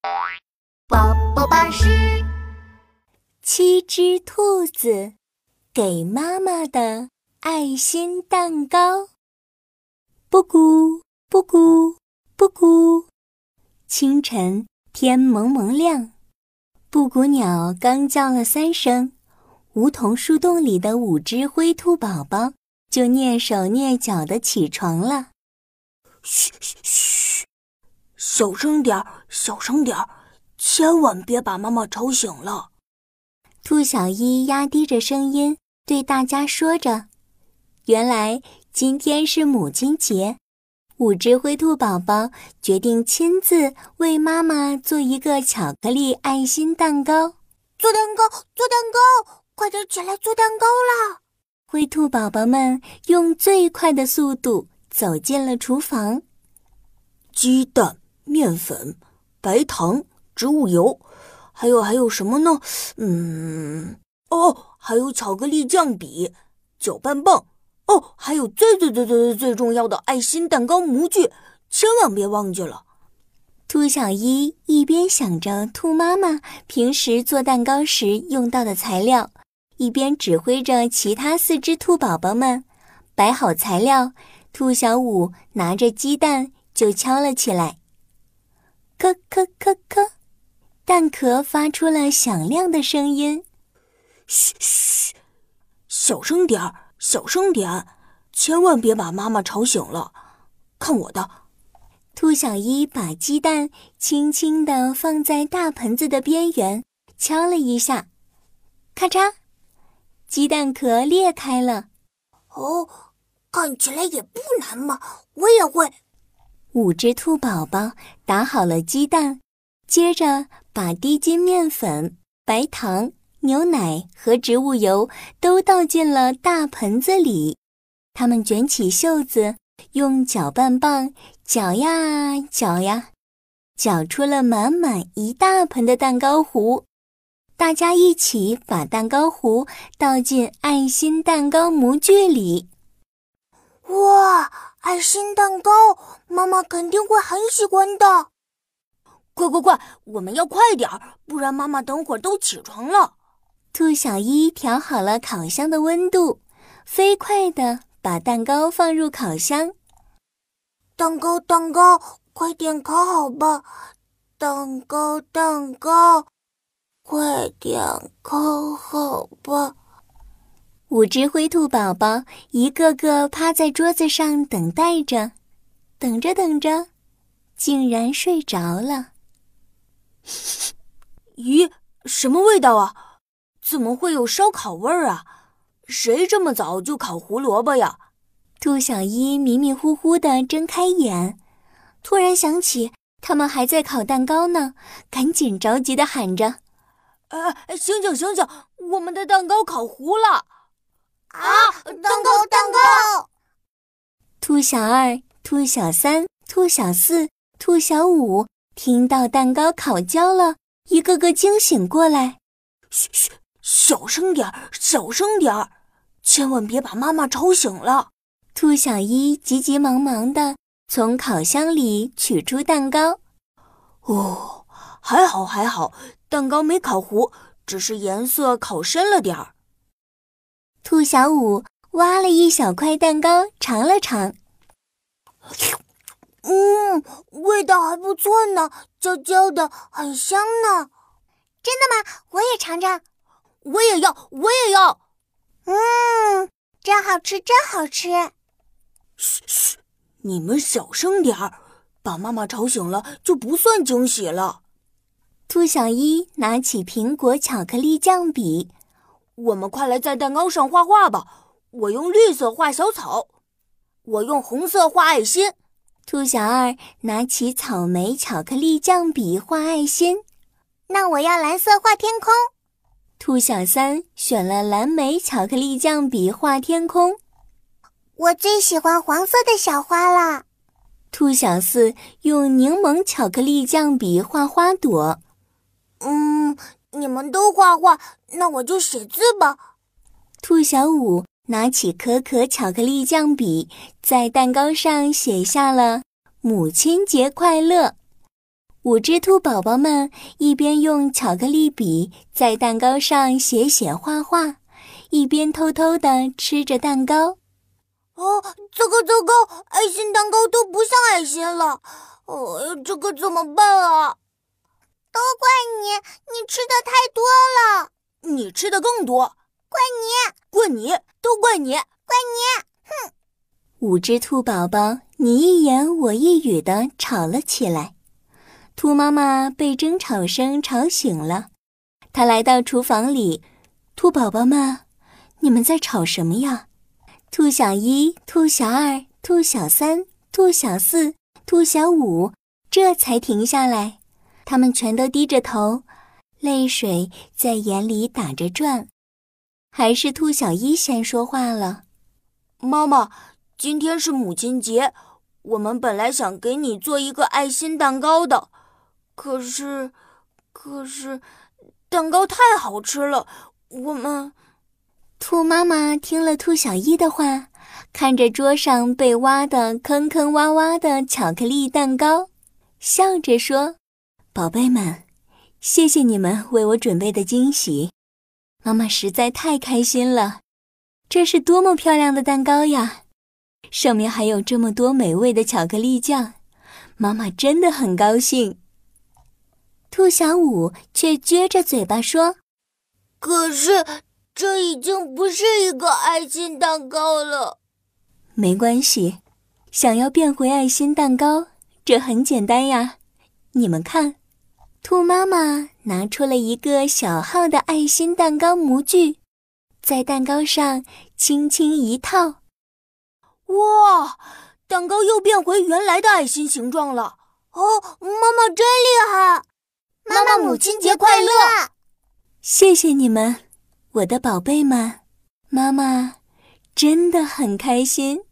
宝宝巴士 7只兔子给妈妈的爱心蛋糕。布谷布谷布谷，清晨天蒙蒙亮，布谷鸟刚叫了3声，梧桐树洞里的5只灰兔宝宝就蹑手蹑脚地起床了。 嘘嘘嘘，小声点儿，小声点儿，千万别把妈妈吵醒了。 兔小一压低着声音对大家说着。原来今天是母亲节，5只灰兔宝宝决定亲自为妈妈做一个巧克力爱心蛋糕。 做蛋糕，做蛋糕，快点起来做蛋糕啦！ 灰兔宝宝们用最快的速度走进了厨房。 鸡蛋、面粉、白糖、植物油，还有什么呢？还有巧克力酱笔、搅拌棒，还有最重要的爱心蛋糕模具，千万别忘记了。 兔小一一边想着兔妈妈平时做蛋糕时用到的材料，一边指挥着其他4只兔宝宝们摆好材料。兔小五拿着鸡蛋就敲了起来，咯咯咯咯，蛋壳发出了响亮的声音。 嘘嘘，小声点儿，小声点，千万别把妈妈吵醒了。看我的！ 兔小一把鸡蛋轻轻地放在大盆子的边缘，敲了一下，咔嚓，鸡蛋壳裂开了。 看起来也不难嘛，我也会。 5只兔宝宝打好了鸡蛋，接着把低筋面粉、白糖、牛奶和植物油都倒进了大盆子里。他们卷起袖子，用搅拌棒搅呀搅呀，搅出了满满一大盆的蛋糕糊。大家一起把蛋糕糊倒进爱心蛋糕模具里。 哇，爱心蛋糕，妈妈肯定会很喜欢的。 快，我们要快点儿，不然妈妈等会儿都起床了。 兔小一调好了烤箱的温度，飞快地把蛋糕放入烤箱。 蛋糕，快点烤好吧！蛋糕，快点烤好吧 ！5只灰兔宝宝一个个趴在桌子上等待着，等着，竟然睡着了。 咦，什么味道啊？怎么会有烧烤味儿啊？谁这么早就烤胡萝卜呀？ 兔小一迷迷糊糊地睁开眼，突然想起他们还在烤蛋糕呢，赶紧着急地喊着： 醒醒，我们的蛋糕烤糊了！ 蛋糕！ 兔小2、兔小3、兔小4、兔小5听到蛋糕烤焦了，一个个惊醒过来。 嘘，小声点儿，千万别把妈妈吵醒了。 兔小一急急忙忙地从烤箱里取出蛋糕。 还好，蛋糕没烤糊，只是颜色烤深了点儿。 兔小五挖了一小块蛋糕尝了尝， 味道还不错呢，焦焦的，很香呢。真的吗？我也尝尝。 我也要。 真好吃。 嘘，你们小声点儿，把妈妈吵醒了就不算惊喜了。 兔小一拿起苹果巧克力酱笔， 我们快来在蛋糕上画画吧。我用绿色画小草，我用红色画爱心。 兔小2拿起草莓巧克力酱笔画爱心。 那我要蓝色画天空。 兔小3选了蓝莓巧克力酱笔画天空。 我最喜欢黄色的小花了。 兔小4用柠檬巧克力酱笔画花朵。 你们都画画，那我就写字吧。 兔小5拿起可可巧克力酱笔，在蛋糕上写下了母亲节快乐。 5只兔宝宝们一边用巧克力笔在蛋糕上写写画画，一边偷偷地吃着蛋糕。 哦，糟糕糟糕，爱心蛋糕都不像爱心了。这可怎么办啊？都怪你，你吃的太多了。 你吃的更多。 怪你， 怪你，都怪你，怪你！哼 ！5只兔宝宝你一言我一语地吵了起来。兔妈妈被争吵声吵醒了，她来到厨房里。兔宝宝们，你们在吵什么呀？兔小1、兔小2、兔小3、兔小4、兔小5这才停下来。他们全都低着头，泪水在眼里打着转。还是兔小1先说话了： 妈妈，今天是母亲节，我们本来想给你做一个爱心蛋糕的，可是蛋糕太好吃了，我们…… 兔妈妈听了兔小1的话，看着桌上被挖得坑坑洼洼的巧克力蛋糕，笑着说：宝贝们，谢谢你们为我准备的惊喜，妈妈实在太开心了。这是多么漂亮的蛋糕呀，上面还有这么多美味的巧克力酱，妈妈真的很高兴。兔小5却撅着嘴巴说： 可是这已经不是一个爱心蛋糕了。 没关系，想要变回爱心蛋糕，这很简单呀。你们看，兔妈妈拿出了一个小号的爱心蛋糕模具，在蛋糕上轻轻一套。 哇，蛋糕又变回原来的爱心形状了。 妈妈真厉害！妈妈母亲节快乐！ 谢谢你们，我的宝贝们，妈妈真的很开心。